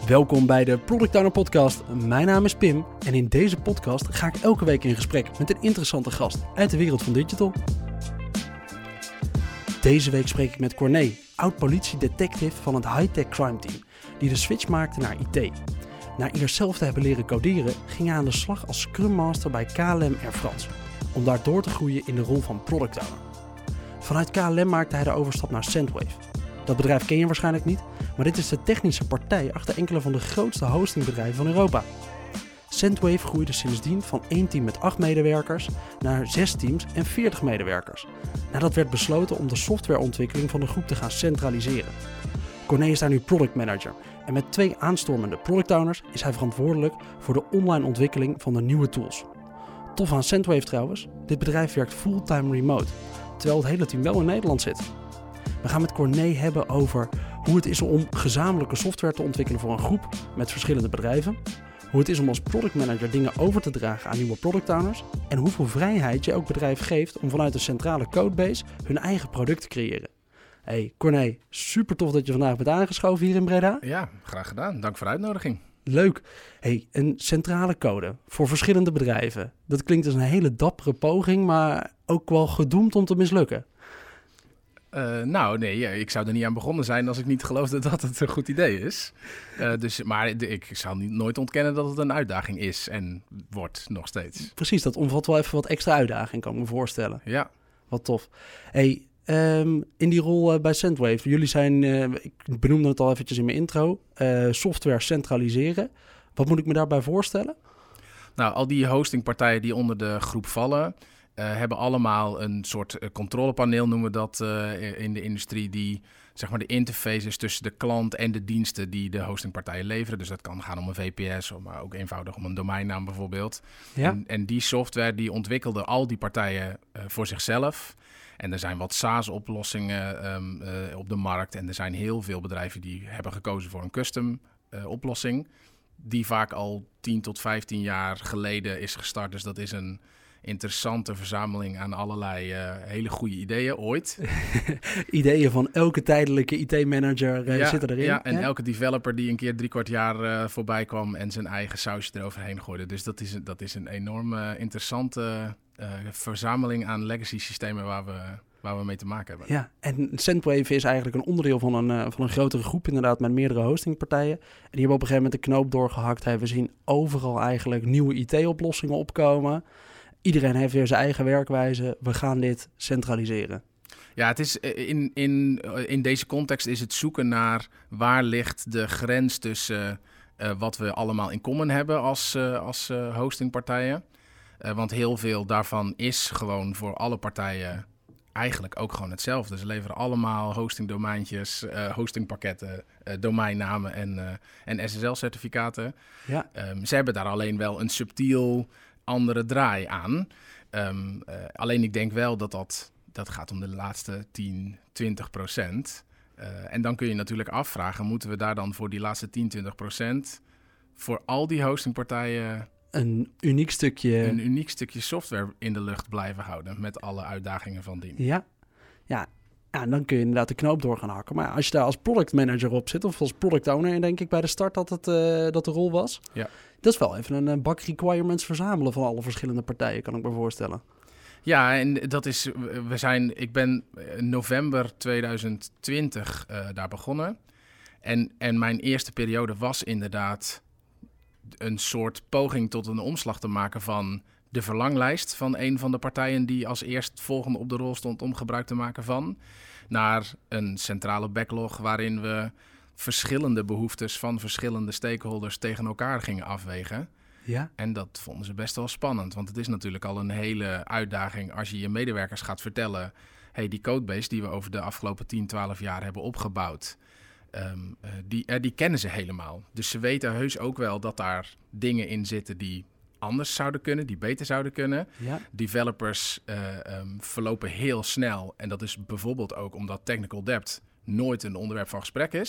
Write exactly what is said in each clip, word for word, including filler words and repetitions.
Welkom bij de Product Owner Podcast. Mijn naam is Pim en in deze podcast ga ik elke week in gesprek met een interessante gast uit de wereld van digital. Deze week spreek ik met Corné, oud-politie-detective van het high-tech crime team, die de switch maakte naar I T. Na eerst zelf te hebben leren coderen, ging hij aan de slag als Scrum Master bij K L M Air France, om daar door te groeien in de rol van Product Owner. Vanuit K L M maakte hij de overstap naar Sendwave. Dat bedrijf ken je waarschijnlijk niet, maar dit is de technische partij achter enkele van de grootste hostingbedrijven van Europa. Sendwave groeide sindsdien van één team met acht medewerkers naar zes teams en veertig medewerkers. Nadat werd besloten om de softwareontwikkeling van de groep te gaan centraliseren. Corné is daar nu product manager en met twee aanstormende product owners is hij verantwoordelijk voor de online ontwikkeling van de nieuwe tools. Tof aan Sendwave trouwens, dit bedrijf werkt fulltime remote, terwijl het hele team wel in Nederland zit. We gaan met Corné hebben over hoe het is om gezamenlijke software te ontwikkelen voor een groep met verschillende bedrijven. Hoe het is om als product manager dingen over te dragen aan nieuwe product owners. En hoeveel vrijheid je elk bedrijf geeft om vanuit een centrale codebase hun eigen product te creëren. Hey Corné, super tof dat je vandaag bent aangeschoven hier in Breda. Ja, graag gedaan. Dank voor de uitnodiging. Leuk. Hey, een centrale code voor verschillende bedrijven. Dat klinkt als een hele dappere poging, maar ook wel gedoemd om te mislukken. Uh, nou, nee, ja, ik zou er niet aan begonnen zijn als ik niet geloofde dat het een goed idee is. Uh, dus, maar de, ik zal niet, nooit ontkennen dat het een uitdaging is en wordt nog steeds. Precies, dat omvat wel even wat extra uitdaging, kan ik me voorstellen. Ja. Wat tof. Hey, um, in die rol uh, bij Sendwave, jullie zijn, uh, ik benoemde het al eventjes in mijn intro, uh, software centraliseren. Wat moet ik me daarbij voorstellen? Nou, al die hostingpartijen die onder de groep vallen, Uh, hebben allemaal een soort uh, controlepaneel, noemen we dat uh, in de industrie, die zeg maar de interface is tussen de klant en de diensten die de hostingpartijen leveren. Dus dat kan gaan om een V P S, maar ook eenvoudig om een domeinnaam bijvoorbeeld. Ja. En, en die software die ontwikkelden al die partijen uh, voor zichzelf. En er zijn wat SaaS-oplossingen um, uh, op de markt en er zijn heel veel bedrijven die hebben gekozen voor een custom uh, oplossing, die vaak al tien tot vijftien jaar geleden is gestart. Dus dat is een interessante verzameling aan allerlei uh, hele goede ideeën ooit. Ideeën van elke tijdelijke I T-manager uh, ja, zitten erin. Ja, en ja? elke developer die een keer drie kwart jaar uh, voorbij kwam en zijn eigen sausje eroverheen gooide. Dus dat is, dat is een enorme interessante uh, verzameling aan legacy systemen waar we, waar we mee te maken hebben. Ja, en Sendwave is eigenlijk een onderdeel van een, uh, van een grotere groep inderdaad met meerdere hostingpartijen. En die hebben op een gegeven moment de knoop doorgehakt. Hey, we zien overal eigenlijk nieuwe I T-oplossingen opkomen. Iedereen heeft weer zijn eigen werkwijze. We gaan dit centraliseren. Ja, het is in, in, in deze context is het zoeken naar waar ligt de grens tussen uh, wat we allemaal in common hebben als, uh, als uh, hostingpartijen. Uh, want heel veel daarvan is gewoon voor alle partijen eigenlijk ook gewoon hetzelfde. Ze leveren allemaal hostingdomeintjes, uh, hostingpakketten, uh, domeinnamen en, uh, en S S L-certificaten. Ja. Um, ze hebben daar alleen wel een subtiel andere draai aan. Um, uh, alleen ik denk wel dat dat, dat gaat om de laatste tien, twintig procent. Uh, en dan kun je natuurlijk afvragen, moeten we daar dan voor die laatste tien, twintig procent voor al die hostingpartijen een uniek stukje een uniek stukje software in de lucht blijven houden met alle uitdagingen van dien. Ja, ja. Ja, dan kun je inderdaad de knoop door gaan hakken. Maar als je daar als product manager op zit, of als product owner, denk ik bij de start dat het uh, dat de rol was. Ja. Dat is wel even een uh, bak requirements verzamelen van alle verschillende partijen, kan ik me voorstellen. Ja, en dat is, we zijn, ik ben november tweeduizend twintig uh, daar begonnen. En, en mijn eerste periode was inderdaad een soort poging tot een omslag te maken van de verlanglijst van een van de partijen die als eerstvolgende op de rol stond om gebruik te maken van, naar een centrale backlog waarin we verschillende behoeftes van verschillende stakeholders tegen elkaar gingen afwegen. Ja. En dat vonden ze best wel spannend, want het is natuurlijk al een hele uitdaging als je je medewerkers gaat vertellen, hey, die codebase die we over de afgelopen tien, twaalf jaar hebben opgebouwd, um, uh, die, uh, die kennen ze helemaal. Dus ze weten heus ook wel dat daar dingen in zitten die anders zouden kunnen, die beter zouden kunnen. Ja. Developers uh, um, verlopen heel snel. En dat is bijvoorbeeld ook omdat technical debt nooit een onderwerp van gesprek is.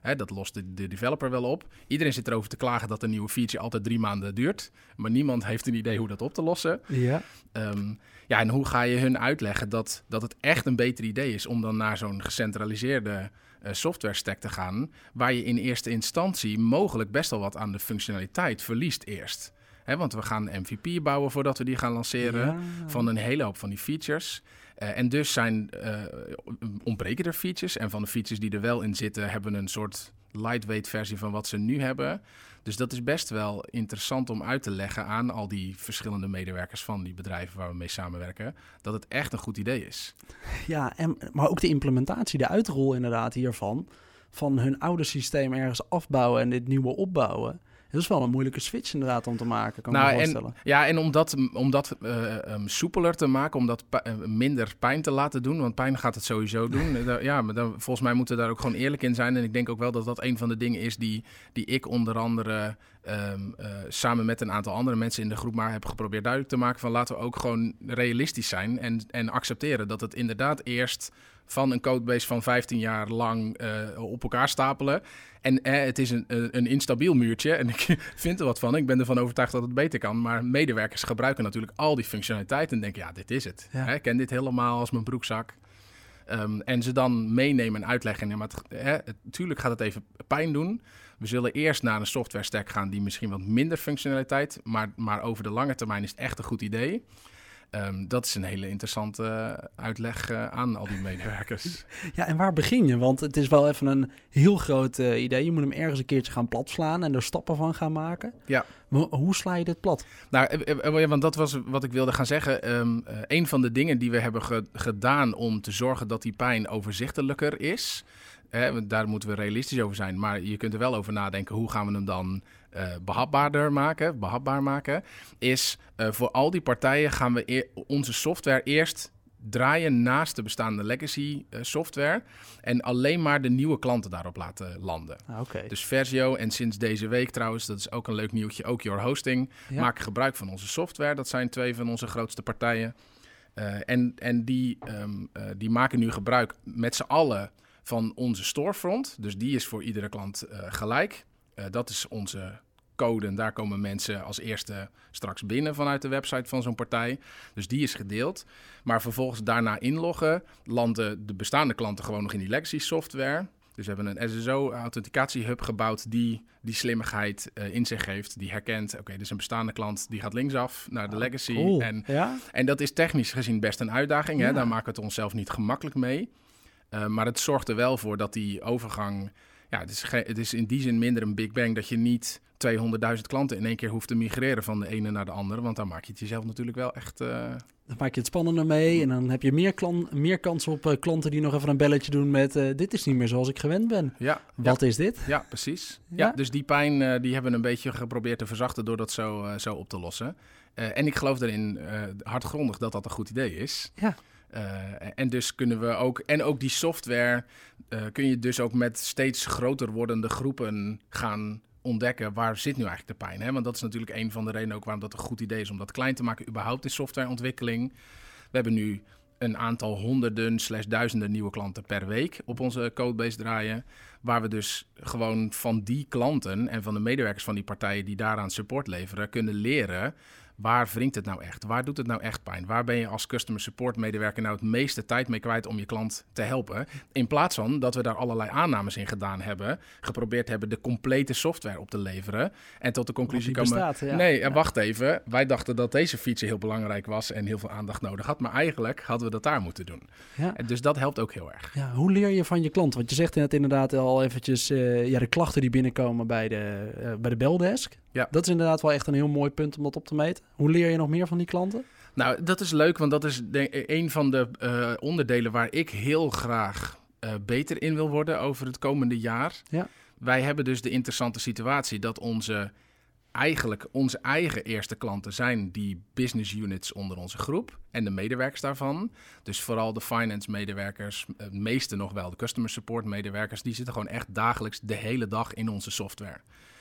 Hè, dat lost de, de developer wel op. Iedereen zit erover te klagen dat een nieuwe feature altijd drie maanden duurt. Maar niemand heeft een idee hoe dat op te lossen. Ja. Um, ja, en hoe ga je hun uitleggen dat, dat het echt een beter idee is om dan naar zo'n gecentraliseerde uh, software stack te gaan, waar je in eerste instantie mogelijk best wel wat aan de functionaliteit verliest eerst. He, want we gaan een M V P bouwen voordat we die gaan lanceren ja. van een hele hoop van die features. Uh, en dus zijn, uh, ontbreken er features. En van de features die er wel in zitten, hebben we een soort lightweight versie van wat ze nu hebben. Dus dat is best wel interessant om uit te leggen aan al die verschillende medewerkers van die bedrijven waar we mee samenwerken, dat het echt een goed idee is. Ja, en, maar ook de implementatie, de uitrol inderdaad hiervan, van hun oude systeem ergens afbouwen en dit nieuwe opbouwen. Dat is wel een moeilijke switch inderdaad om te maken, kan nou, ik me voorstellen. En, ja, en om dat, om dat uh, um, soepeler te maken, om dat uh, minder pijn te laten doen, want pijn gaat het sowieso doen. uh, ja, maar dan, volgens mij moeten we daar ook gewoon eerlijk in zijn. En ik denk ook wel dat dat een van de dingen is die, die ik onder andere um, uh, samen met een aantal andere mensen in de groep maar heb geprobeerd duidelijk te maken van laten we ook gewoon realistisch zijn en, en accepteren dat het inderdaad eerst van een codebase van vijftien jaar lang uh, op elkaar stapelen. En eh, het is een, een instabiel muurtje en ik vind er wat van. Ik ben ervan overtuigd dat het beter kan. Maar medewerkers gebruiken natuurlijk al die functionaliteit en denken, ja, dit is het. Ja. Ik ken dit helemaal als mijn broekzak. Um, en ze dan meenemen en uitleggen. Ja, maar het, hè, het, natuurlijk gaat het even pijn doen. We zullen eerst naar een software stack gaan die misschien wat minder functionaliteit, maar, maar over de lange termijn is het echt een goed idee. Um, dat is een hele interessante uh, uitleg uh, aan al die medewerkers. Ja, en waar begin je? Want het is wel even een heel groot uh, idee. Je moet hem ergens een keertje gaan platslaan en er stappen van gaan maken. Ja. Maar hoe sla je dit plat? Nou, uh, uh, want dat was wat ik wilde gaan zeggen. Um, uh, een van de dingen die we hebben ge- gedaan om te zorgen dat die pijn overzichtelijker is, Hè, daar moeten we realistisch over zijn. Maar je kunt er wel over nadenken, hoe gaan we hem dan uh, behapbaarder maken, behapbaar maken. Is uh, voor al die partijen gaan we e- onze software eerst draaien naast de bestaande legacy uh, software. En alleen maar de nieuwe klanten daarop laten landen. Ah, okay. Dus Versio en sinds deze week trouwens, dat is ook een leuk nieuwtje, ook Your Hosting, ja. maken gebruik van onze software. Dat zijn twee van onze grootste partijen. Uh, en en die, um, uh, die maken nu gebruik met z'n allen van onze storefront. Dus die is voor iedere klant uh, gelijk. Uh, dat is onze code en daar komen mensen als eerste straks binnen vanuit de website van zo'n partij. Dus die is gedeeld. Maar vervolgens daarna inloggen, landen de bestaande klanten gewoon nog in die legacy software. Dus we hebben een S S O-authenticatiehub gebouwd die die slimmigheid uh, in zich heeft. Die herkent, oké, okay, dit is een bestaande klant, die gaat linksaf naar de legacy. Cool. En, ja? en dat is technisch gezien best een uitdaging. Ja. Hè? Daar maken we het onszelf niet gemakkelijk mee. Uh, maar het zorgt er wel voor dat die overgang... Ja, het is, ge- het is in die zin minder een big bang dat je niet tweehonderdduizend klanten in één keer hoeft te migreren van de ene naar de andere. Want dan maak je het jezelf natuurlijk wel echt... Uh... Dan maak je het spannender mee en dan heb je meer, klan- meer kans op uh, klanten die nog even een belletje doen met uh, dit is niet meer zoals ik gewend ben. Ja, Wat ja. is dit? Ja, precies. Ja? Ja, dus die pijn uh, die hebben we een beetje geprobeerd te verzachten door dat zo, uh, zo op te lossen. Uh, en ik geloof erin uh, hardgrondig dat dat een goed idee is. Ja. Uh, en dus kunnen we ook... En ook die software uh, kun je dus ook met steeds groter wordende groepen gaan ontdekken. Waar zit nu eigenlijk de pijn? Hè? Want dat is natuurlijk een van de redenen ook waarom dat een goed idee is om dat klein te maken, überhaupt in softwareontwikkeling. We hebben nu een aantal honderden slash duizenden nieuwe klanten per week op onze codebase draaien. Waar we dus gewoon van die klanten en van de medewerkers van die partijen die daaraan support leveren, kunnen leren... Waar wringt het nou echt? Waar doet het nou echt pijn? Waar ben je als customer support medewerker nou het meeste tijd mee kwijt om je klant te helpen? In plaats van dat we daar allerlei aannames in gedaan hebben, geprobeerd hebben de complete software op te leveren en tot de conclusie komen... Bestaat, ja. Nee, en ja. wacht even. Wij dachten dat deze feature heel belangrijk was en heel veel aandacht nodig had, maar eigenlijk hadden we dat daar moeten doen. Ja. En dus dat helpt ook heel erg. Ja, hoe leer je van je klant? Want je zegt net inderdaad al eventjes uh, ja, de klachten die binnenkomen bij de, uh, bij de beldesk. Ja. Dat is inderdaad wel echt een heel mooi punt om dat op te meten. Hoe leer je nog meer van die klanten? Nou, dat is leuk, want dat is de, een van de uh, onderdelen waar ik heel graag uh, beter in wil worden over het komende jaar. Ja. Wij hebben dus de interessante situatie dat onze, eigenlijk onze eigen eerste klanten zijn die business units onder onze groep en de medewerkers daarvan. Dus vooral de finance medewerkers, het meeste nog wel de customer support medewerkers, die zitten gewoon echt dagelijks de hele dag in onze software.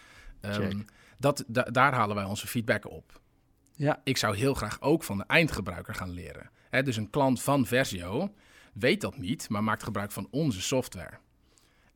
Um, dat, da- daar halen wij onze feedback op. Ja. Ik zou heel graag ook van de eindgebruiker gaan leren. Hè, dus een klant van Versio weet dat niet, maar maakt gebruik van onze software. Uh,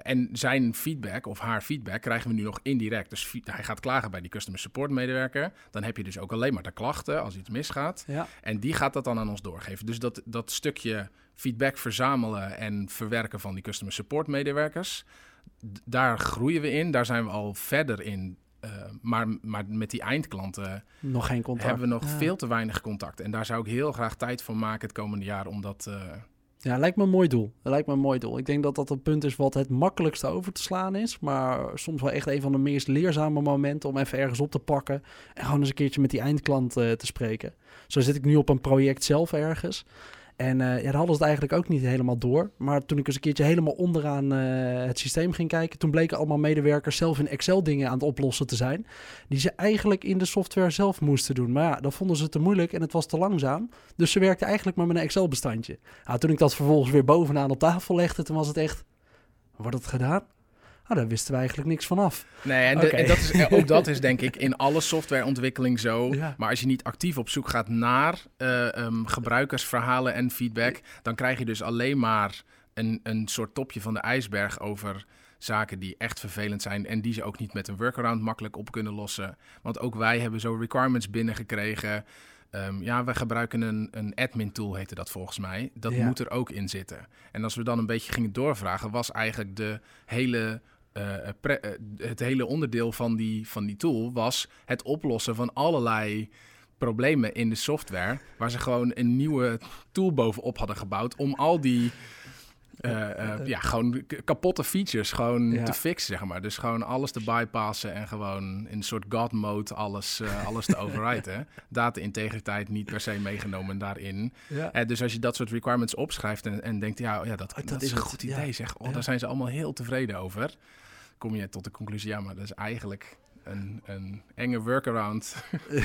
en zijn feedback of haar feedback krijgen we nu nog indirect. Dus fi- hij gaat klagen bij die customer support medewerker. Dan heb je dus ook alleen maar de klachten als iets misgaat. Ja. En die gaat dat dan aan ons doorgeven. Dus dat, dat stukje feedback verzamelen en verwerken van die customer support medewerkers, d- daar groeien we in. Daar zijn we al verder in. Uh, maar, maar met die eindklanten nog geen contact. hebben we nog ja. veel te weinig contact. En daar zou ik heel graag tijd voor maken het komende jaar om dat... Uh, Ja, lijkt me een mooi doel. Dat lijkt me een mooi doel. Ik denk dat dat het punt is wat het makkelijkste over te slaan is. Maar soms wel echt een van de meest leerzame momenten om even ergens op te pakken. En gewoon eens een keertje met die eindklant uh, te spreken. Zo zit ik nu op een project zelf ergens. En uh, ja, daar hadden ze het eigenlijk ook niet helemaal door. Maar toen ik eens een keertje helemaal onderaan uh, het systeem ging kijken, toen bleken allemaal medewerkers zelf in Excel dingen aan het oplossen te zijn, die ze eigenlijk in de software zelf moesten doen. Maar ja, dat vonden ze te moeilijk en het was te langzaam. Dus ze werkten eigenlijk maar met een Excel-bestandje. Nou, toen ik dat vervolgens weer bovenaan op tafel legde, toen was het echt, wordt het gedaan? Ah, daar wisten we eigenlijk niks van af. Nee, en, de, okay. en dat is, ook dat is denk ik in alle softwareontwikkeling zo. Ja. Maar als je niet actief op zoek gaat naar uh, um, gebruikersverhalen en feedback, dan krijg je dus alleen maar een, een soort topje van de ijsberg over zaken die echt vervelend zijn en die ze ook niet met een workaround makkelijk op kunnen lossen. Want ook wij hebben zo requirements binnengekregen. Um, ja, we gebruiken een, een admin tool, heette dat volgens mij. Dat ja. moet er ook in zitten. En als we dan een beetje gingen doorvragen, was eigenlijk de hele... Uh, pre- uh, het hele onderdeel van die, van die tool was het oplossen van allerlei problemen in de software, waar ze gewoon een nieuwe tool bovenop hadden gebouwd om al die uh, uh, ja, gewoon k- kapotte features gewoon ja. te fixen, zeg maar. Dus gewoon alles te bypassen en gewoon in een soort God mode alles, uh, alles te overwriten. Data-integriteit niet per se meegenomen daarin. Ja. Uh, dus als je dat soort requirements opschrijft en, en denkt, ja, ja dat, dat, dat is een goed idee, ja. zeg. Oh, ja. Daar zijn ze allemaal heel tevreden over. Kom je tot de conclusie, ja, maar dat is eigenlijk een, een enge workaround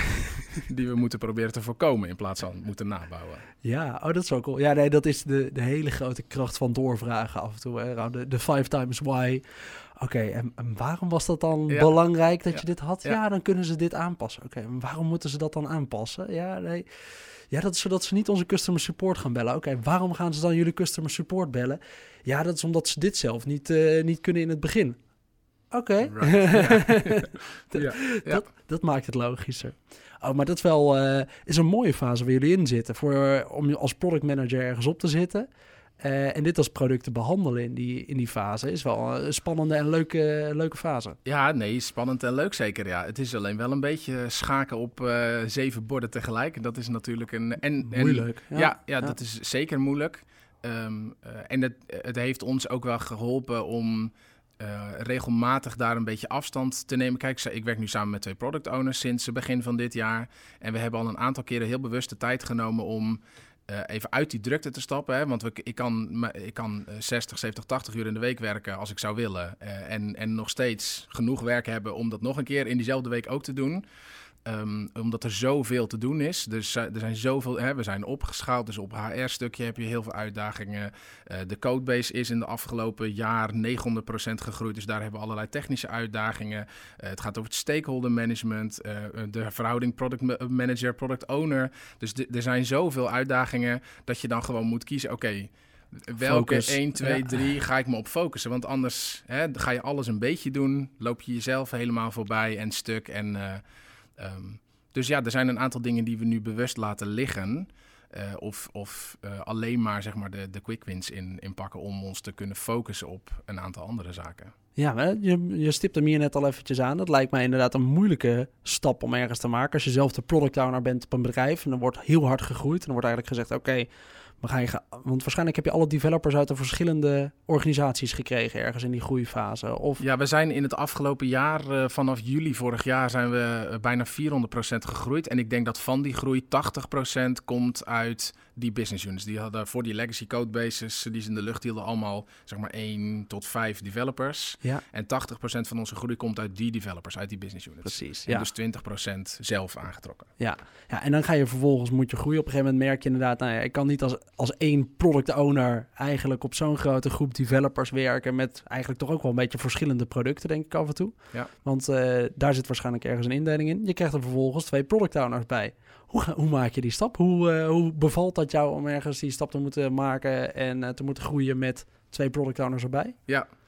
die we moeten proberen te voorkomen in plaats van moeten nabouwen. Ja, oh, dat is ook cool. Ja, nee, dat is de, de hele grote kracht van doorvragen af en toe. Hè? De, de five times why. Oké, okay, en, en waarom was dat dan ja. belangrijk dat ja. je dit had? Ja. ja, dan kunnen ze dit aanpassen. Oké, okay, en waarom moeten ze dat dan aanpassen? Ja, nee. Ja, dat is zodat ze niet onze customer support gaan bellen. Oké, okay, waarom gaan ze dan jullie customer support bellen? Ja, dat is omdat ze dit zelf niet, uh, niet kunnen in het begin. Oké, okay. right. dat, ja, ja. dat, dat maakt het logischer. Oh, maar dat is wel uh, is een mooie fase waar jullie in zitten. Voor, uh, om als product manager ergens op te zitten. Uh, en dit als product te behandelen in die, in die fase is wel een spannende en leuke, leuke fase. Ja, nee, spannend en leuk zeker. Ja. Het is alleen wel een beetje schaken op uh, zeven borden tegelijk. En dat is natuurlijk een... En, moeilijk. En, ja, ja, ja, ja, dat is zeker moeilijk. Um, uh, en het, het heeft ons ook wel geholpen om... Uh, regelmatig daar een beetje afstand te nemen. Kijk, ik werk nu samen met twee product owners sinds het begin van dit jaar. En we hebben al een aantal keren heel bewust de tijd genomen om uh, even uit die drukte te stappen. Hè? Want we, ik kan, ik kan zestig, zeventig, tachtig uur in de week werken als ik zou willen. Uh, en, en nog steeds genoeg werk hebben om dat nog een keer in diezelfde week ook te doen. Um, omdat er zoveel te doen is. Dus uh, er zijn zoveel, hè, we zijn opgeschaald. Dus op H R-stukje heb je heel veel uitdagingen. Uh, de codebase is in de afgelopen jaar negenhonderd procent gegroeid. Dus daar hebben we allerlei technische uitdagingen. Uh, het gaat over het stakeholder management. Uh, de verhouding product manager, product owner. Dus de, er zijn zoveel uitdagingen dat je dan gewoon moet kiezen. Oké, okay, welke Focus. één, twee, ja. drie ga ik me op focussen? Want anders hè, ga je alles een beetje doen. Loop je jezelf helemaal voorbij en stuk en... Uh, Um, dus ja, er zijn een aantal dingen die we nu bewust laten liggen. Uh, of of uh, alleen maar, zeg maar de, de quick wins in, in pakken om ons te kunnen focussen op een aantal andere zaken. Ja, je, je stipt hem hier net al eventjes aan. Dat lijkt mij inderdaad een moeilijke stap om ergens te maken. Als je zelf de product owner bent op een bedrijf en dan wordt heel hard gegroeid. En dan wordt eigenlijk gezegd, oké, okay, maar ga je gaan... Want waarschijnlijk heb je alle developers uit de verschillende organisaties gekregen ergens in die groeifase. Of... Ja, we zijn in het afgelopen jaar, uh, vanaf juli vorig jaar, zijn we uh, bijna vierhonderd procent gegroeid. En ik denk dat van die groei tachtig procent komt uit die business units. Die hadden voor die legacy codebases die ze in de lucht hielden allemaal zeg maar één tot vijf developers. Ja. En tachtig procent van onze groei komt uit die developers, uit die business units. Precies, en ja. dus twintig procent zelf aangetrokken. Ja. Ja, en dan ga je vervolgens, moet je groeien. Op een gegeven moment merk je inderdaad, nou ja, ik kan niet als, als één product owner eigenlijk op zo'n grote groep developers werken met eigenlijk toch ook wel een beetje verschillende producten, denk ik af en toe. Ja. Want uh, daar zit waarschijnlijk ergens een indeling in. Je krijgt er vervolgens twee product owners bij. Hoe, hoe maak je die stap? Hoe, uh, hoe bevalt dat jou om ergens die stap te moeten maken en uh, te moeten groeien met twee product owners erbij? Ja,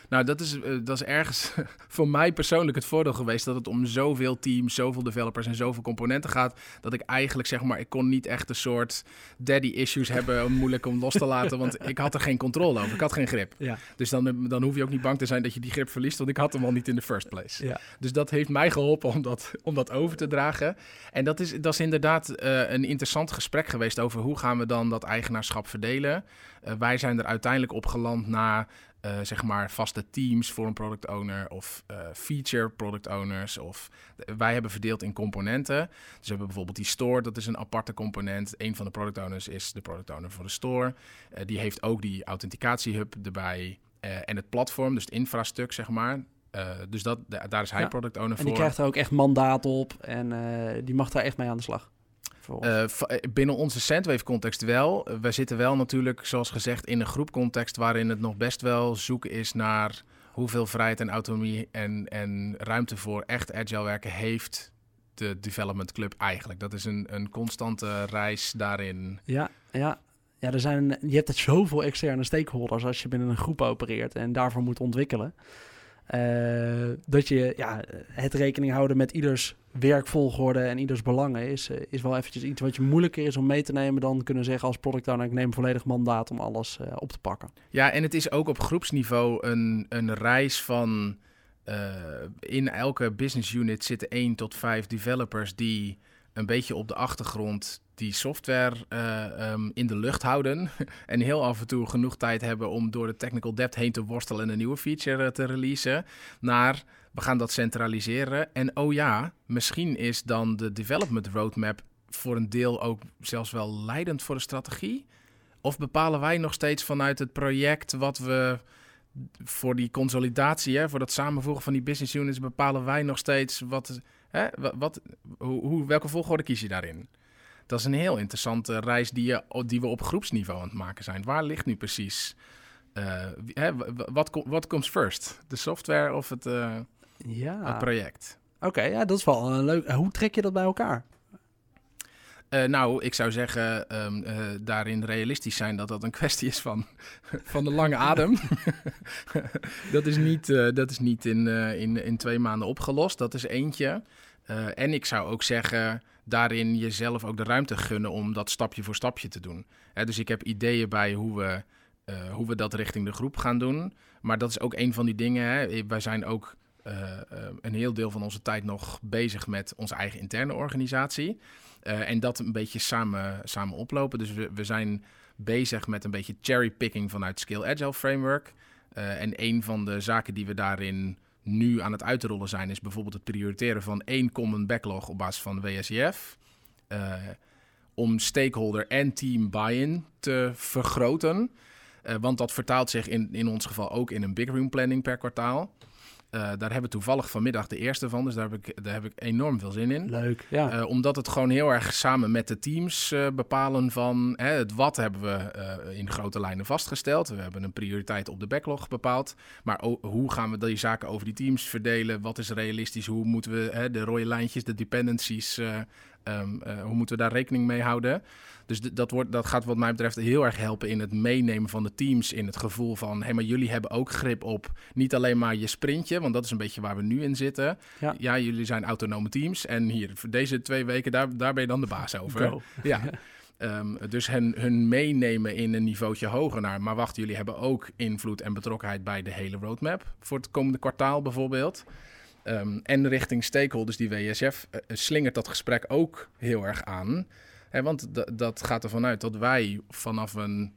Nou, dat is, uh, dat is ergens voor mij persoonlijk het voordeel geweest... dat het om zoveel teams, zoveel developers en zoveel componenten gaat... dat ik eigenlijk, zeg maar, ik kon niet echt een soort daddy issues hebben... moeilijk om los te laten, want ik had er geen controle over. Ik had geen grip. Ja. Dus dan, dan hoef je ook niet bang te zijn dat je die grip verliest... want ik had hem al niet in de first place. Ja. Dus dat heeft mij geholpen om dat, om dat over te dragen. En dat is, dat is inderdaad uh, een interessant gesprek geweest... over hoe gaan we dan dat eigenaarschap verdelen. Uh, wij zijn er uiteindelijk op geland na... Uh, zeg maar vaste teams voor een product owner of uh, feature product owners. Of uh, wij hebben verdeeld in componenten. Dus we hebben bijvoorbeeld die store, dat is een aparte component. Een van de product owners is de product owner voor de store. Uh, die heeft ook die authenticatiehub erbij uh, en het platform, dus het infrastuk, zeg maar. Uh, dus dat, da- daar is hij ja. product owner en voor. En die krijgt er ook echt mandaat op en uh, die mag daar echt mee aan de slag. Uh, binnen onze Sandwave-context wel. We zitten wel natuurlijk, zoals gezegd, in een groepcontext... waarin het nog best wel zoeken is naar... hoeveel vrijheid en autonomie en, en ruimte voor echt agile werken... heeft de development club eigenlijk. Dat is een, een constante reis daarin. Ja, ja. ja er zijn, je hebt zoveel externe stakeholders... als je binnen een groep opereert en daarvoor moet ontwikkelen... Uh, dat je ja, het rekening houden met ieders werkvolgorde en ieders belangen is, uh, is wel eventjes iets wat je moeilijker is om mee te nemen dan kunnen zeggen als product owner, ik neem volledig mandaat om alles uh, op te pakken. Ja, en het is ook op groepsniveau een, een reis van uh, in elke business unit zitten één tot vijf developers die een beetje op de achtergrond die software uh, um, in de lucht houden en heel af en toe genoeg tijd hebben om door de technical debt heen te worstelen en een nieuwe feature uh, te releasen, naar we gaan dat centraliseren. En oh ja, misschien is dan de development roadmap voor een deel ook zelfs wel leidend voor de strategie? Of bepalen wij nog steeds vanuit het project wat we voor die consolidatie, hè, voor dat samenvoegen van die business units, bepalen wij nog steeds wat, hè, wat, hoe, hoe, welke volgorde kies je daarin? Dat is een heel interessante reis die, je, die we op groepsniveau aan het maken zijn. Waar ligt nu precies? Uh, hè, wat, wat komt first? De software of het, uh, ja. het project? Oké, okay, ja, dat is wel een leuk. Hoe trek je dat bij elkaar? Uh, nou, ik zou zeggen, um, uh, daarin realistisch zijn dat dat een kwestie is van, van de lange adem. dat is niet, uh, dat is niet in, uh, in, in twee maanden opgelost. Dat is eentje. Uh, en ik zou ook zeggen, daarin jezelf ook de ruimte gunnen om dat stapje voor stapje te doen. Hè, dus ik heb ideeën bij hoe we, uh, hoe we dat richting de groep gaan doen. Maar dat is ook een van die dingen. Hè. Wij zijn ook uh, uh, een heel deel van onze tijd nog bezig met onze eigen interne organisatie. Uh, en dat een beetje samen, samen oplopen. Dus we, we zijn bezig met een beetje cherrypicking vanuit Scale Agile Framework. Uh, en een van de zaken die we daarin nu aan het uitrollen zijn, is bijvoorbeeld het prioriteren van één common backlog op basis van W S I F. Uh, om stakeholder en team buy-in te vergroten. Uh, want dat vertaalt zich in, in ons geval ook in een big room planning per kwartaal. Uh, daar hebben we toevallig vanmiddag de eerste van, dus daar heb ik, daar heb ik enorm veel zin in. Leuk, ja. Uh, omdat het gewoon heel erg samen met de teams uh, bepalen van... Hè, het wat hebben we uh, in grote lijnen vastgesteld. We hebben een prioriteit op de backlog bepaald. Maar o- hoe gaan we die zaken over die teams verdelen? Wat is realistisch? Hoe moeten we hè, de rode lijntjes, de dependencies... Uh, um, uh, hoe moeten we daar rekening mee houden? Dus d- dat, wordt, dat gaat wat mij betreft heel erg helpen in het meenemen van de teams. In het gevoel van, hé, hey, maar jullie hebben ook grip op niet alleen maar je sprintje. Want dat is een beetje waar we nu in zitten. Ja, ja jullie zijn autonome teams. En hier, voor deze twee weken, daar, daar ben je dan de baas over. Go. Ja. Um, dus hen, hun meenemen in een niveautje hoger naar. Maar wacht, jullie hebben ook invloed en betrokkenheid bij de hele roadmap. Voor het komende kwartaal bijvoorbeeld. Um, en richting stakeholders, die W S F, uh, slingert dat gesprek ook heel erg aan. He, want d- dat gaat ervan uit dat wij vanaf een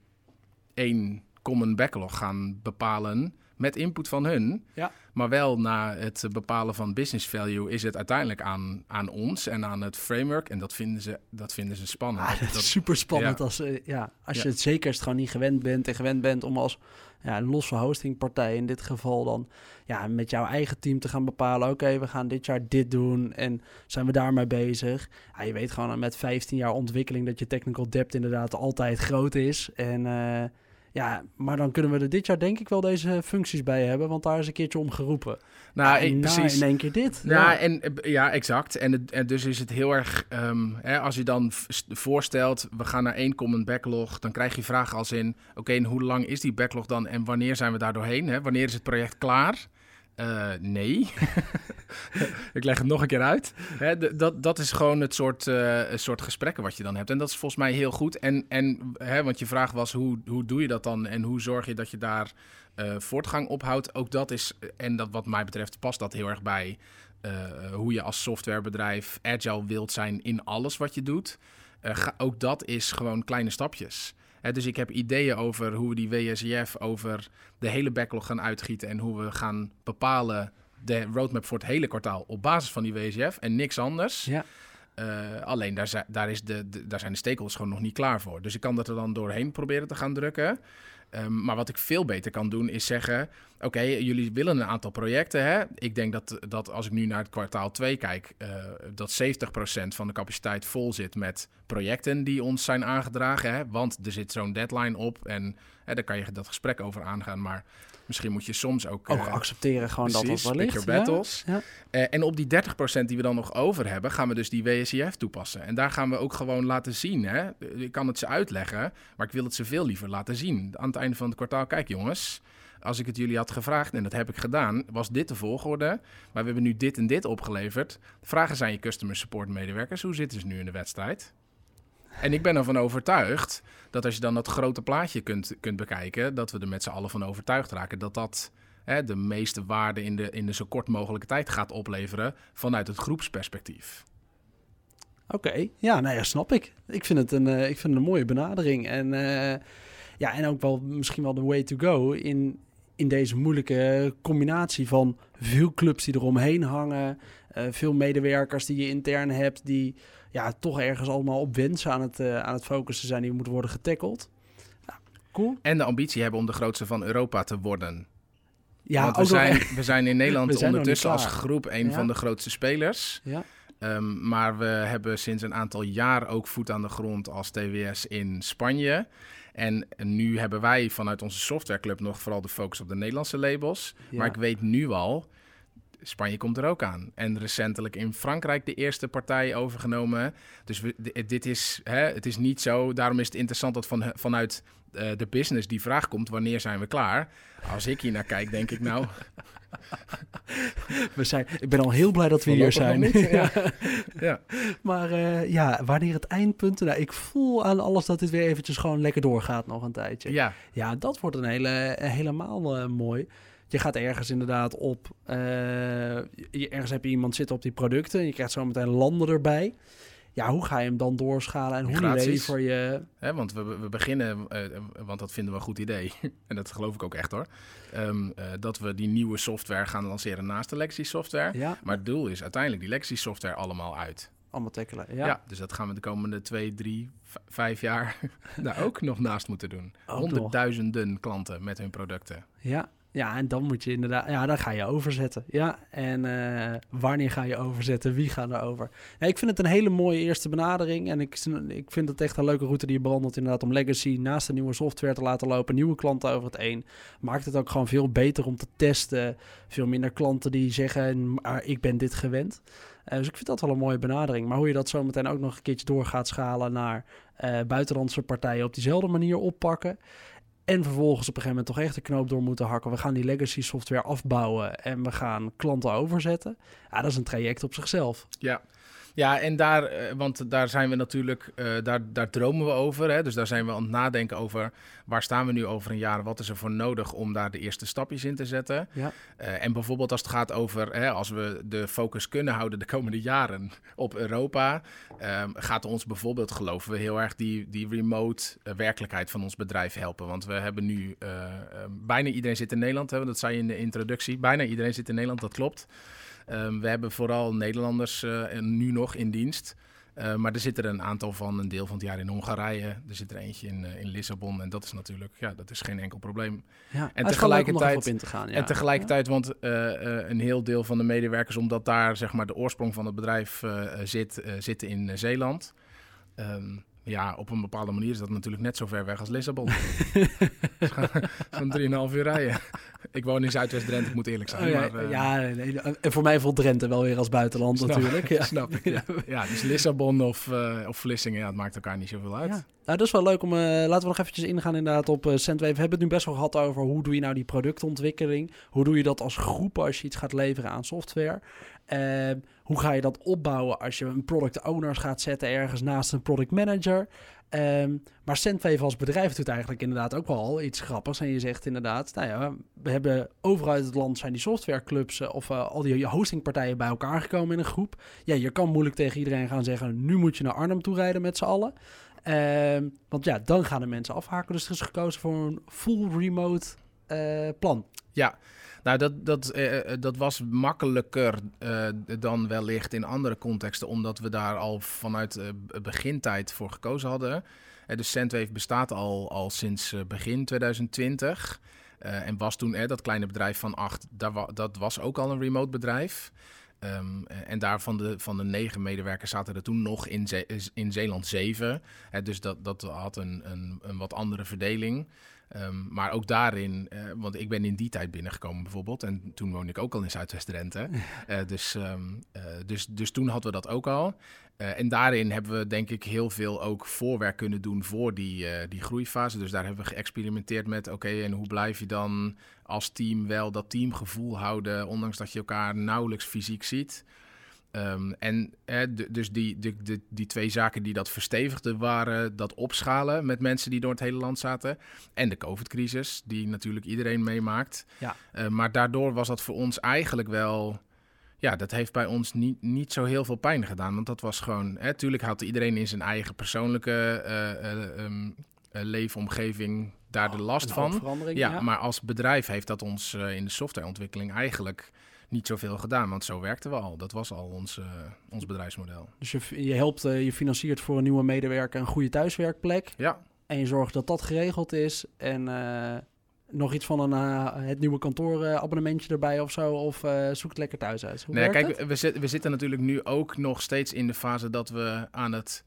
één common backlog gaan bepalen met input van hun. Ja. Maar wel na het bepalen van business value is het uiteindelijk aan, aan ons en aan het framework. En dat vinden ze, dat vinden ze spannend. Ah, dat, dat is super spannend. Ja. Als, uh, ja, als Ja. je het zeker gewoon niet gewend bent en gewend bent om als ja, een losse hostingpartij in dit geval dan ja, met jouw eigen team te gaan bepalen. Oké, okay, we gaan dit jaar dit doen en zijn we daarmee bezig. Ja, je weet gewoon met vijftien jaar ontwikkeling dat je technical debt inderdaad altijd groot is. En uh, Ja, maar dan kunnen we er dit jaar denk ik wel deze functies bij hebben, want daar is een keertje om geroepen. Nou, en ik, na precies. in één keer dit. Ja, ja. En, ja exact. En, het, en dus is het heel erg, um, hè, als je dan v- voorstelt, we gaan naar één common backlog, dan krijg je vragen als in, oké, okay, en hoe lang is die backlog dan en wanneer zijn we daar doorheen? Hè? Wanneer is het project klaar? Uh, nee. Ik leg het nog een keer uit. Hè, d- dat, dat is gewoon het soort, uh, soort gesprekken wat je dan hebt. En dat is volgens mij heel goed. En, en, hè, want je vraag was, hoe, hoe doe je dat dan? En hoe zorg je dat je daar uh, voortgang ophoudt? Ook dat is, en dat wat mij betreft past dat heel erg bij uh, hoe je als softwarebedrijf agile wilt zijn in alles wat je doet. Uh, ga, ook dat is gewoon kleine stapjes. He, dus ik heb ideeën over hoe we die W S I F over de hele backlog gaan uitgieten en hoe we gaan bepalen de roadmap voor het hele kwartaal op basis van die W S I F en niks anders. Ja. Uh, alleen daar, zi- daar, is de, de, daar zijn de stakeholders gewoon nog niet klaar voor. Dus ik kan dat er dan doorheen proberen te gaan drukken. Um, maar wat ik veel beter kan doen is zeggen, oké, okay, jullie willen een aantal projecten. Hè? Ik denk dat, dat als ik nu naar het kwartaal twee kijk, uh, dat zeventig procent van de capaciteit vol zit met projecten die ons zijn aangedragen. Hè? Want er zit zo'n deadline op en hè, daar kan je dat gesprek over aangaan. Maar misschien moet je soms ook... Ook uh, accepteren gewoon precies, dat dat wel ligt. Pick your battles. Ja, ja. Uh, en op die dertig procent die we dan nog over hebben, gaan we dus die W S I F toepassen. En daar gaan we ook gewoon laten zien. Hè? Ik kan het ze uitleggen, maar ik wil het ze veel liever laten zien. Aan het einde van het kwartaal, kijk jongens, als ik het jullie had gevraagd, en dat heb ik gedaan, was dit de volgorde. Maar we hebben nu dit en dit opgeleverd. Vragen zijn je customer support medewerkers, hoe zitten ze nu in de wedstrijd? En ik ben ervan overtuigd dat als je dan dat grote plaatje kunt, kunt bekijken, dat we er met z'n allen van overtuigd raken dat dat hè, de meeste waarde in de, in de zo kort mogelijke tijd gaat opleveren vanuit het groepsperspectief. Oké, okay. ja, nou ja, snap ik. Ik vind het een, uh, ik vind het een mooie benadering. En, uh, ja, en ook wel misschien wel de way to go in, in deze moeilijke combinatie van veel clubs die eromheen hangen, uh, veel medewerkers die je intern hebt, die ja, toch ergens allemaal op wensen aan het, uh, aan het focussen zijn die moeten worden getackled. Ja, cool. En de ambitie hebben om de grootste van Europa te worden. Ja, Want we, zijn, we zijn in Nederland zijn ondertussen als groep een ja. van de grootste spelers. Ja. Um, maar we hebben sinds een aantal jaar ook voet aan de grond als T W S in Spanje. En nu hebben wij vanuit onze softwareclub nog vooral de focus op de Nederlandse labels. Ja. Maar ik weet nu al, Spanje komt er ook aan. En recentelijk in Frankrijk de eerste partij overgenomen. Dus we, dit is, hè, het is niet zo. Daarom is het interessant dat van, vanuit uh, de business die vraag komt, wanneer zijn we klaar? Als ik hier naar kijk, denk ik nou... We zijn, ik ben al heel blij dat we hier zijn. Niet, ja. Ja. Maar uh, ja, wanneer het eindpunt... Nou, ik voel aan alles dat dit weer eventjes gewoon lekker doorgaat nog een tijdje. Ja, ja dat wordt een hele, helemaal uh, mooi. Je gaat ergens inderdaad op... Uh, je, ergens heb je iemand zitten op die producten. En je krijgt zo meteen landen erbij. Ja, hoe ga je hem dan doorschalen en hoe lever je... Hè, want we, we beginnen, uh, want dat vinden we een goed idee. En dat geloof ik ook echt hoor. Um, uh, dat we die nieuwe software gaan lanceren naast de legacy software. Ja. Maar het doel is uiteindelijk die legacy software allemaal uit. Allemaal tackelen, ja. Ja, dus dat gaan we de komende twee, drie, v- vijf jaar daar ook nog naast moeten doen. Honderdduizenden klanten met hun producten. Ja. Ja, en dan moet je inderdaad... Ja, dan ga je overzetten. Ja, en uh, wanneer ga je overzetten? Wie gaat er over? Ja, ik vind het een hele mooie eerste benadering. En ik, ik vind het echt een leuke route die je behandelt. Inderdaad, om legacy naast de nieuwe software te laten lopen. Nieuwe klanten over het een. Maakt het ook gewoon veel beter om te testen. Veel minder klanten die zeggen, maar ik ben dit gewend. Uh, dus ik vind dat wel een mooie benadering. Maar hoe je dat zo meteen ook nog een keertje door gaat schalen naar uh, buitenlandse partijen op diezelfde manier oppakken. En vervolgens op een gegeven moment toch echt de knoop door moeten hakken. We gaan die legacy software afbouwen en we gaan klanten overzetten. Ja, dat is een traject op zichzelf. Ja, ja en daar, want daar zijn we natuurlijk, uh, daar, daar dromen we over. Hè? Dus daar zijn we aan het nadenken over waar staan we nu over een jaar? Wat is er voor nodig om daar de eerste stapjes in te zetten? Ja. Uh, en bijvoorbeeld als het gaat over, hè, als we de focus kunnen houden de komende jaren op Europa, um, gaat ons bijvoorbeeld, geloven we heel erg, die, die remote uh, werkelijkheid van ons bedrijf helpen. Want we hebben nu, uh, uh, bijna iedereen zit in Nederland, hè? Dat zei je in de introductie, bijna iedereen zit in Nederland, dat klopt. Um, we hebben vooral Nederlanders uh, nu nog in dienst. Uh, maar er zit er een aantal van een deel van het jaar in Hongarije. Er zit er eentje in, uh, in Lissabon. En dat is natuurlijk, ja, dat is geen enkel probleem. Ja, en tegelijkertijd, op in te gaan, ja. en tegelijkertijd ja. want uh, uh, een heel deel van de medewerkers, omdat daar zeg maar de oorsprong van het bedrijf uh, zit, uh, zitten in uh, Zeeland. Um, Ja, op een bepaalde manier is dat natuurlijk net zo ver weg als Lissabon. Zo'n drieënhalf uur rijden. Ik woon in Zuidwest-Drenthe, ik moet eerlijk zijn. Oh, ja, maar, uh, ja nee, nee. En voor mij voelt Drenthe wel weer als buitenland snap, natuurlijk. Ja. Snap ik, ja. Ja, dus Lissabon of, uh, of Vlissingen, ja, het maakt elkaar niet zoveel uit. Ja. Nou, dat is wel leuk om... Uh, laten we nog eventjes ingaan inderdaad op uh, Centwave. We hebben het nu best wel gehad over hoe doe je nou die productontwikkeling. Hoe doe je dat als groep als je iets gaat leveren aan software. Uh, hoe ga je dat opbouwen als je een product owners gaat zetten ergens naast een product manager. Um, maar Centwave als bedrijf doet eigenlijk inderdaad ook wel iets grappigs. En je zegt inderdaad, nou ja, we hebben overal uit het land zijn die softwareclubs uh, of uh, al die hostingpartijen bij elkaar gekomen in een groep. Ja, je kan moeilijk tegen iedereen gaan zeggen, nu moet je naar Arnhem toe rijden met z'n allen. Um, want ja, dan gaan de mensen afhaken. Dus er is gekozen voor een full remote uh, plan. Ja, nou dat, dat, uh, dat was makkelijker uh, dan wellicht in andere contexten, omdat we daar al vanuit uh, begintijd voor gekozen hadden. Uh, dus Centwave bestaat al, al sinds uh, begin twintig twintig uh, en was toen uh, dat kleine bedrijf van acht, dat, wa- dat was ook al een remote bedrijf. Um, en daar van de, van de negen medewerkers zaten er toen nog in, Ze- in Zeeland zeven. Uh, dus dat, dat had een, een, een wat andere verdeling. Um, maar ook daarin, uh, want ik ben in die tijd binnengekomen bijvoorbeeld. En toen woonde ik ook al in Zuidwest-Drenthe. Uh, dus, um, uh, dus, dus toen hadden we dat ook al. Uh, en daarin hebben we denk ik heel veel ook voorwerk kunnen doen voor die, uh, die groeifase. Dus daar hebben we geëxperimenteerd met, oké, okay, en hoe blijf je dan als team wel dat teamgevoel houden, ondanks dat je elkaar nauwelijks fysiek ziet. Um, en eh, d- dus die, de, de, die twee zaken die dat verstevigden waren dat opschalen met mensen die door het hele land zaten. En de COVID-crisis, die natuurlijk iedereen meemaakt. Ja. Uh, maar daardoor was dat voor ons eigenlijk wel... Ja, dat heeft bij ons niet, niet zo heel veel pijn gedaan. Want dat was gewoon... Hè, tuurlijk had iedereen in zijn eigen persoonlijke uh, uh, um, uh, leefomgeving daar oh, de last van. Ja, ja, maar als bedrijf heeft dat ons uh, in de softwareontwikkeling eigenlijk... niet zoveel gedaan, want zo werkten we al. Dat was al ons, uh, ons bedrijfsmodel. Dus je, je helpt, uh, je financiert voor een nieuwe medewerker een goede thuiswerkplek. Ja. En je zorgt dat dat geregeld is. En uh, nog iets van een, uh, het nieuwe kantoorabonnementje uh, erbij of zo. Of uh, zoek het lekker thuis uit. Hoe nee, werkt kijk, we, zit, we zitten natuurlijk nu ook nog steeds in de fase dat we aan het...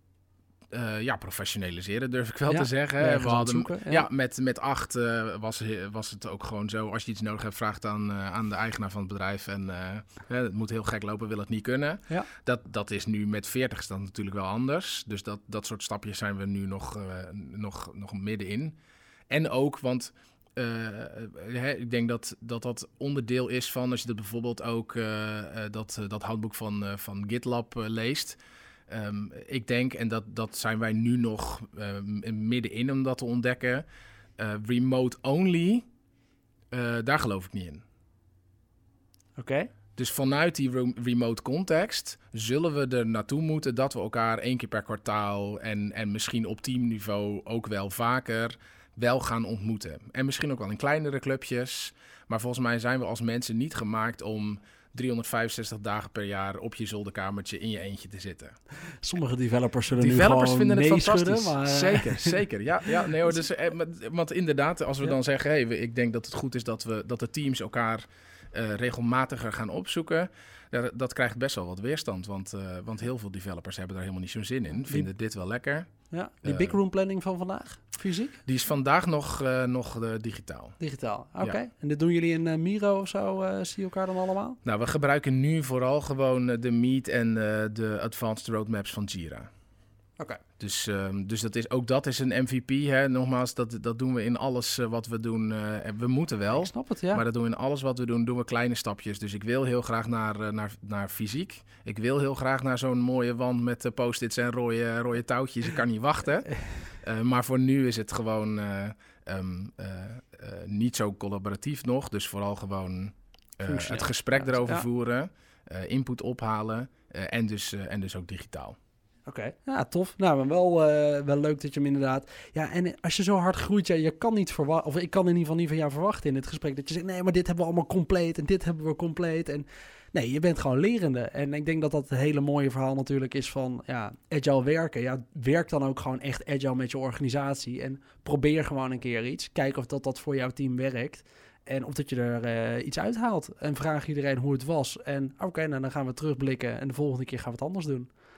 Uh, ja, professionaliseren durf ik wel ja, te zeggen. We hadden, zoeken, ja. ja, met, met acht uh, was, was het ook gewoon zo. Als je iets nodig hebt, vraag het aan, uh, aan de eigenaar van het bedrijf. En uh, het moet heel gek lopen, wil het niet kunnen. Ja. Dat, dat is nu met veertig dan natuurlijk wel anders. Dus dat, dat soort stapjes zijn we nu nog, uh, nog, nog middenin. En ook, want... Uh, hè, ik denk dat, dat dat onderdeel is van... als je dat bijvoorbeeld ook uh, uh, dat, uh, dat handboek van, uh, van GitLab uh, leest... Um, ik denk, en dat, dat zijn wij nu nog uh, middenin om dat te ontdekken... Uh, remote only, uh, daar geloof ik niet in. Oké. Okay. Dus vanuit die re- remote context zullen we er naartoe moeten... dat we elkaar één keer per kwartaal en, en misschien op teamniveau ook wel vaker... wel gaan ontmoeten. En misschien ook wel in kleinere clubjes. Maar volgens mij zijn we als mensen niet gemaakt om... driehonderdvijfenzestig dagen per jaar op je zolderkamertje in je eentje te zitten. Sommige developers zullen developers nu vinden het fantastisch. Schudden, maar... Zeker, zeker. Ja, ja, nee hoor, dus, want inderdaad, als we ja. dan zeggen... Hey, ik denk dat het goed is dat, we, dat de teams elkaar uh, regelmatiger gaan opzoeken... Dat, dat krijgt best wel wat weerstand. Want, uh, want heel veel developers hebben daar helemaal niet zo'n zin in. Vinden dit wel lekker. Ja, die uh, big room planning van vandaag, fysiek? Die is vandaag nog, uh, nog uh, digitaal. Digitaal, oké. Okay. Ja. En dit doen jullie in uh, Miro of zo? Uh, zie je elkaar dan allemaal? Nou, we gebruiken nu vooral gewoon uh, de Meet en uh, de Advanced Roadmaps van Jira. Oké. Okay. Dus, um, dus dat is, ook dat is een M V P. Hè? Nogmaals, dat, dat doen we in alles uh, wat we doen. Uh, we moeten wel. Ik snap het, ja. Maar dat doen we in alles wat we doen, doen we kleine stapjes. Dus ik wil heel graag naar, uh, naar, naar fysiek. Ik wil heel graag naar zo'n mooie wand met uh, post-its en rode, rode touwtjes. Ik kan niet wachten. Uh, maar voor nu is het gewoon uh, um, uh, uh, niet zo collaboratief nog. Dus vooral gewoon uh, het gesprek ja, erover ja. voeren. Uh, input ophalen. Uh, en, dus, uh, en dus ook digitaal. Oké, okay. Ja, tof. Nou, maar wel, uh, wel leuk dat je hem inderdaad... Ja, en als je zo hard groeit, ja, je kan niet verwachten... Of ik kan in ieder geval niet van jou verwachten in het gesprek... dat je zegt, nee, maar dit hebben we allemaal compleet... en dit hebben we compleet. En nee, je bent gewoon lerende. En ik denk dat dat het hele mooie verhaal natuurlijk is van... ja, agile werken. Ja, werk dan ook gewoon echt agile met je organisatie... en probeer gewoon een keer iets. Kijk of dat, dat voor jouw team werkt... En of dat je er uh, iets uithaalt. En vraag iedereen hoe het was. En oké, okay, nou, dan gaan we terugblikken... en de volgende keer gaan we het anders doen.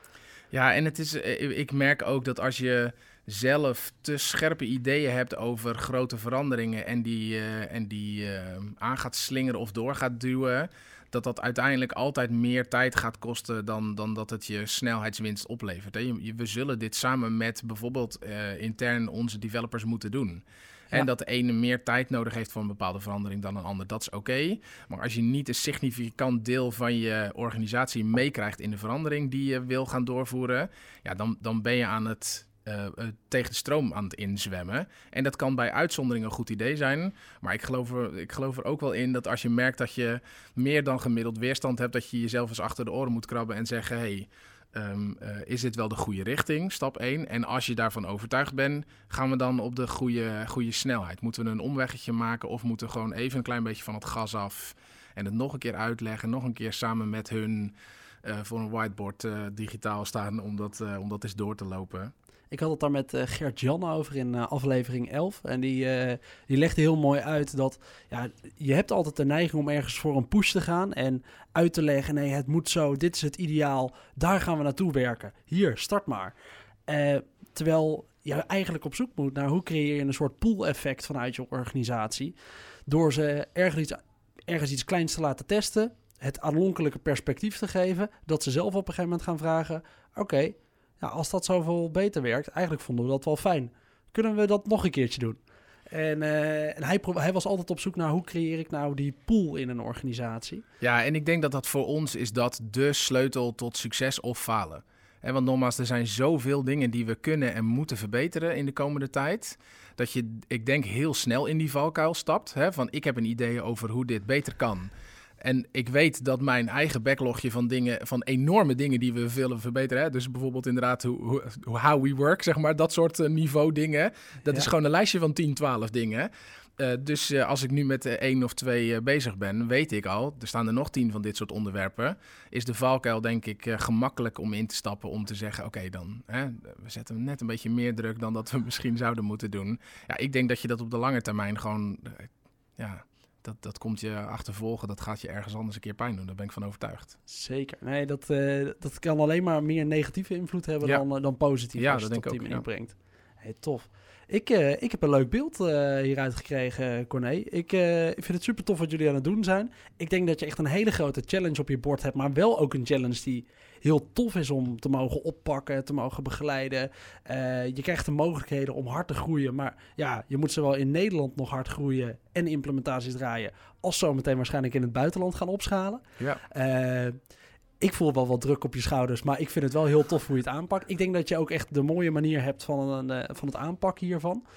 Ja, en het is, ik merk ook dat als je zelf te scherpe ideeën hebt over grote veranderingen en die, uh, en die uh, aan gaat slingeren of door gaat duwen, dat dat uiteindelijk altijd meer tijd gaat kosten dan, dan dat het je snelheidswinst oplevert. Hè. Je, we zullen dit samen met bijvoorbeeld uh, intern onze developers moeten doen. Ja. En dat de ene meer tijd nodig heeft voor een bepaalde verandering dan een ander, dat is oké. Okay. Maar als je niet een significant deel van je organisatie meekrijgt in de verandering die je wil gaan doorvoeren, ja, dan, dan ben je aan het uh, uh, tegen de stroom aan het inzwemmen. En dat kan bij uitzondering een goed idee zijn. Maar ik geloof, er, ik geloof er ook wel in dat als je merkt dat je meer dan gemiddeld weerstand hebt, dat je jezelf eens achter de oren moet krabben en zeggen, hey, Um, uh, is dit wel de goede richting, stap één. En als je daarvan overtuigd bent, gaan we dan op de goede, goede snelheid. Moeten we een omweggetje maken of moeten we gewoon even een klein beetje van het gas af en het nog een keer uitleggen, nog een keer samen met hun uh, voor een whiteboard uh, digitaal staan om dat, uh, om dat eens door te lopen. Ik had het daar met uh, Gert-Jan over in uh, aflevering elf. En die, uh, die legde heel mooi uit dat ja, je hebt altijd de neiging om ergens voor een push te gaan en uit te leggen, nee, het moet zo, dit is het ideaal, daar gaan we naartoe werken. Hier, start maar. Uh, terwijl je eigenlijk op zoek moet naar hoe creëer je een soort pool-effect vanuit je organisatie. Door ze ergens iets, ergens iets kleins te laten testen, het aanlonkelijke perspectief te geven, dat ze zelf op een gegeven moment gaan vragen, oké, okay, ja, als dat zoveel beter werkt, eigenlijk vonden we dat wel fijn. Kunnen we dat nog een keertje doen? En, uh, en hij, pro- hij was altijd op zoek naar hoe creëer ik nou die pool in een organisatie. Ja, en ik denk dat dat voor ons is dat de sleutel tot succes of falen. En want nogmaals, er zijn zoveel dingen die we kunnen en moeten verbeteren in de komende tijd, dat je, ik denk, heel snel in die valkuil stapt. Hè, van ik heb een idee over hoe dit beter kan. En ik weet dat mijn eigen backlogje van dingen, van enorme dingen die we willen verbeteren, hè, dus bijvoorbeeld inderdaad hoe, hoe, how we work, zeg maar, dat soort uh, niveau dingen, dat ja. is gewoon een lijstje van tien, twaalf dingen. Uh, dus uh, als ik nu met uh, één of twee uh, bezig ben, weet ik al, er staan er nog tien van dit soort onderwerpen, is de valkuil denk ik uh, gemakkelijk om in te stappen om te zeggen, oké okay, dan, hè, we zetten net een beetje meer druk dan dat we misschien zouden moeten doen. Ja, ik denk dat je dat op de lange termijn gewoon, uh, ja... Dat, dat komt je achtervolgen, dat gaat je ergens anders een keer pijn doen. Daar ben ik van overtuigd. Zeker. Nee, dat, uh, dat kan alleen maar meer negatieve invloed hebben ja. dan, uh, dan positief ja, als je dat het op die ook, manier ja. brengt. Hey, tof. Ik, uh, ik heb een leuk beeld uh, hieruit gekregen, Corné. Ik, uh, ik vind het super tof wat jullie aan het doen zijn. Ik denk dat je echt een hele grote challenge op je bord hebt, maar wel ook een challenge die heel tof is om te mogen oppakken, te mogen begeleiden. Uh, je krijgt de mogelijkheden om hard te groeien, maar ja, je moet zowel in Nederland nog hard groeien en implementaties draaien, als zometeen waarschijnlijk in het buitenland gaan opschalen. Ja. Uh, Ik voel wel wat druk op je schouders, maar ik vind het wel heel tof hoe je het aanpakt. Ik denk dat je ook echt de mooie manier hebt van, een, van het aanpakken hiervan.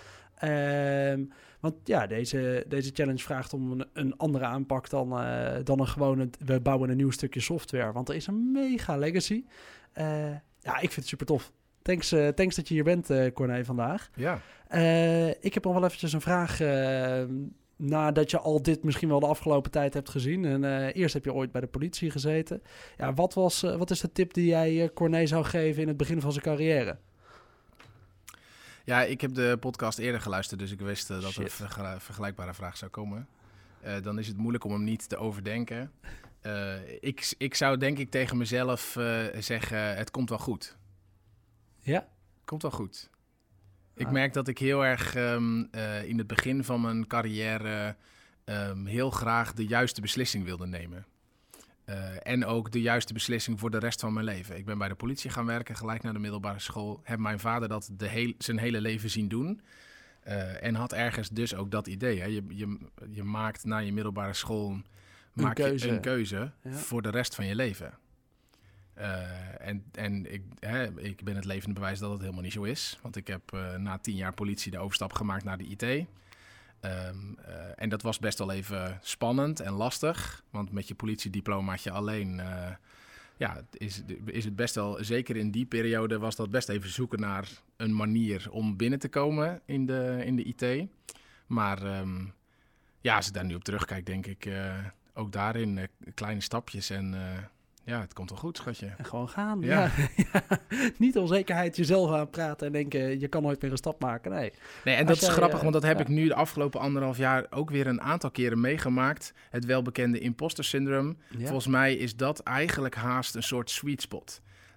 Um, want ja, deze, deze challenge vraagt om een, een andere aanpak dan, uh, dan een gewone, we bouwen een nieuw stukje software. Want er is een mega legacy. Uh, ja, ik vind het super tof. Thanks, uh, thanks dat je hier bent, uh, Corné, vandaag. Ja. Uh, ik heb nog wel eventjes een vraag... Uh, nadat je al dit misschien wel de afgelopen tijd hebt gezien. En uh, eerst heb je ooit bij de politie gezeten. Ja, wat, was, uh, wat is de tip die jij uh, Corné zou geven in het begin van zijn carrière? Ja, ik heb de podcast eerder geluisterd, dus ik wist uh, dat Shit. er een vergel- vergelijkbare vraag zou komen. Uh, dan is het moeilijk om hem niet te overdenken. Uh, ik, ik zou denk ik tegen mezelf uh, zeggen, het komt wel goed. Ja? Komt wel goed. Ik merk dat ik heel erg um, uh, in het begin van mijn carrière um, heel graag de juiste beslissing wilde nemen. Uh, en ook de juiste beslissing voor de rest van mijn leven. Ik ben bij de politie gaan werken, gelijk naar de middelbare school. Heb mijn vader dat de heel, zijn hele leven zien doen. Uh, en had ergens dus ook dat idee. Hè. Je, je, je maakt na je middelbare school maak een keuze, je een keuze ja. voor de rest van je leven. Uh, en en ik, hè, ik ben het levende bewijs dat het helemaal niet zo is. Want ik heb uh, na tien jaar politie de overstap gemaakt naar de I T. Um, uh, en dat was best wel even spannend en lastig. Want met je politiediplomaatje alleen uh, ja, is, is het best wel... Zeker in die periode was dat best even zoeken naar een manier om binnen te komen in de, in de I T. Maar um, ja, als ik daar nu op terugkijk, denk ik uh, ook daarin uh, kleine stapjes en... Uh, Ja, het komt wel goed, schatje. En gewoon gaan. Ja. Ja. ja. Niet onzekerheid jezelf aanpraten en denken, je kan nooit meer een stap maken. Nee, nee en dat Als is jij, grappig, uh, want dat heb ja. ik nu de afgelopen anderhalf jaar ook weer een aantal keren meegemaakt. Het welbekende imposter syndroom. Ja. Volgens mij is dat eigenlijk haast een soort sweet spot.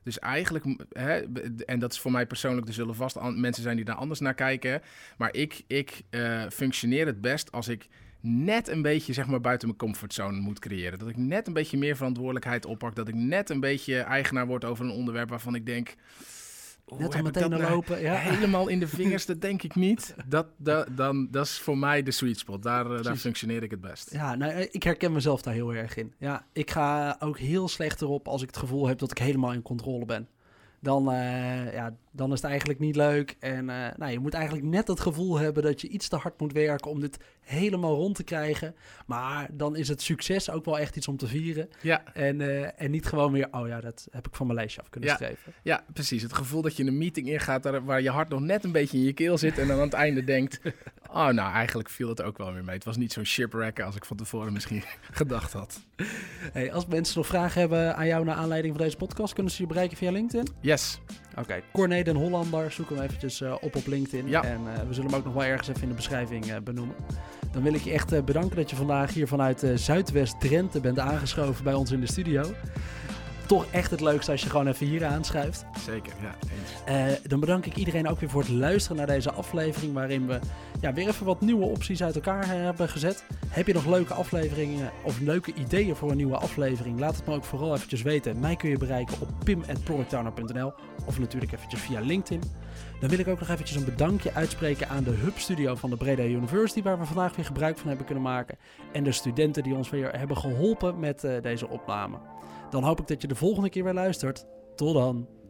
Dus eigenlijk, hè, en dat is voor mij persoonlijk, er zullen vast an- mensen zijn die daar anders naar kijken. Maar ik, ik uh, functioneer het best als ik net een beetje, zeg maar, buiten mijn comfortzone moet creëren. Dat ik net een beetje meer verantwoordelijkheid oppak. Dat ik net een beetje eigenaar word over een onderwerp waarvan ik denk... Net om meteen te lopen, ja. Helemaal in de vingers, dat denk ik niet. Dat, dat, dan, dat is voor mij de sweet spot. Daar, uh, daar functioneer ik het best. Ja, nou, ik herken mezelf daar heel erg in. Ja, ik ga ook heel slecht erop als ik het gevoel heb dat ik helemaal in controle ben. Dan, uh, ja, dan is het eigenlijk niet leuk. En uh, nou, je moet eigenlijk net het gevoel hebben dat je iets te hard moet werken om dit helemaal rond te krijgen. Maar dan is het succes ook wel echt iets om te vieren. Ja. En, uh, en niet gewoon weer, oh ja, dat heb ik van mijn lijstje af kunnen ja. schrijven. Ja, precies. Het gevoel dat je in een meeting ingaat waar, waar je hart nog net een beetje in je keel zit. En dan aan het einde denkt, oh nou, eigenlijk viel het ook wel weer mee. Het was niet zo'n shipwreck als ik van tevoren misschien gedacht had. Hey, als mensen nog vragen hebben aan jou naar aanleiding van deze podcast, kunnen ze je bereiken via LinkedIn? Yes. Oké, okay. Corné den Hollander, zoek hem eventjes uh, op op LinkedIn. Ja. En uh, we zullen hem ook nog wel ergens even in de beschrijving uh, benoemen. Dan wil ik je echt uh, bedanken dat je vandaag hier vanuit uh, Zuidwest-Drenthe bent aangeschoven bij ons in de studio. Toch echt het leukste als je gewoon even hier aanschuift. Zeker, ja. Eens. Uh, dan bedank ik iedereen ook weer voor het luisteren naar deze aflevering, waarin we ja, weer even wat nieuwe opties uit elkaar hebben gezet. Heb je nog leuke afleveringen of leuke ideeën voor een nieuwe aflevering? Laat het me ook vooral eventjes weten. Mij kun je bereiken op pim at product owner punt n l of natuurlijk eventjes via LinkedIn. Dan wil ik ook nog eventjes een bedankje uitspreken aan de Hub Studio van de Breda University, waar we vandaag weer gebruik van hebben kunnen maken. En de studenten die ons weer hebben geholpen met uh, deze opname. Dan hoop ik dat je de volgende keer weer luistert. Tot dan.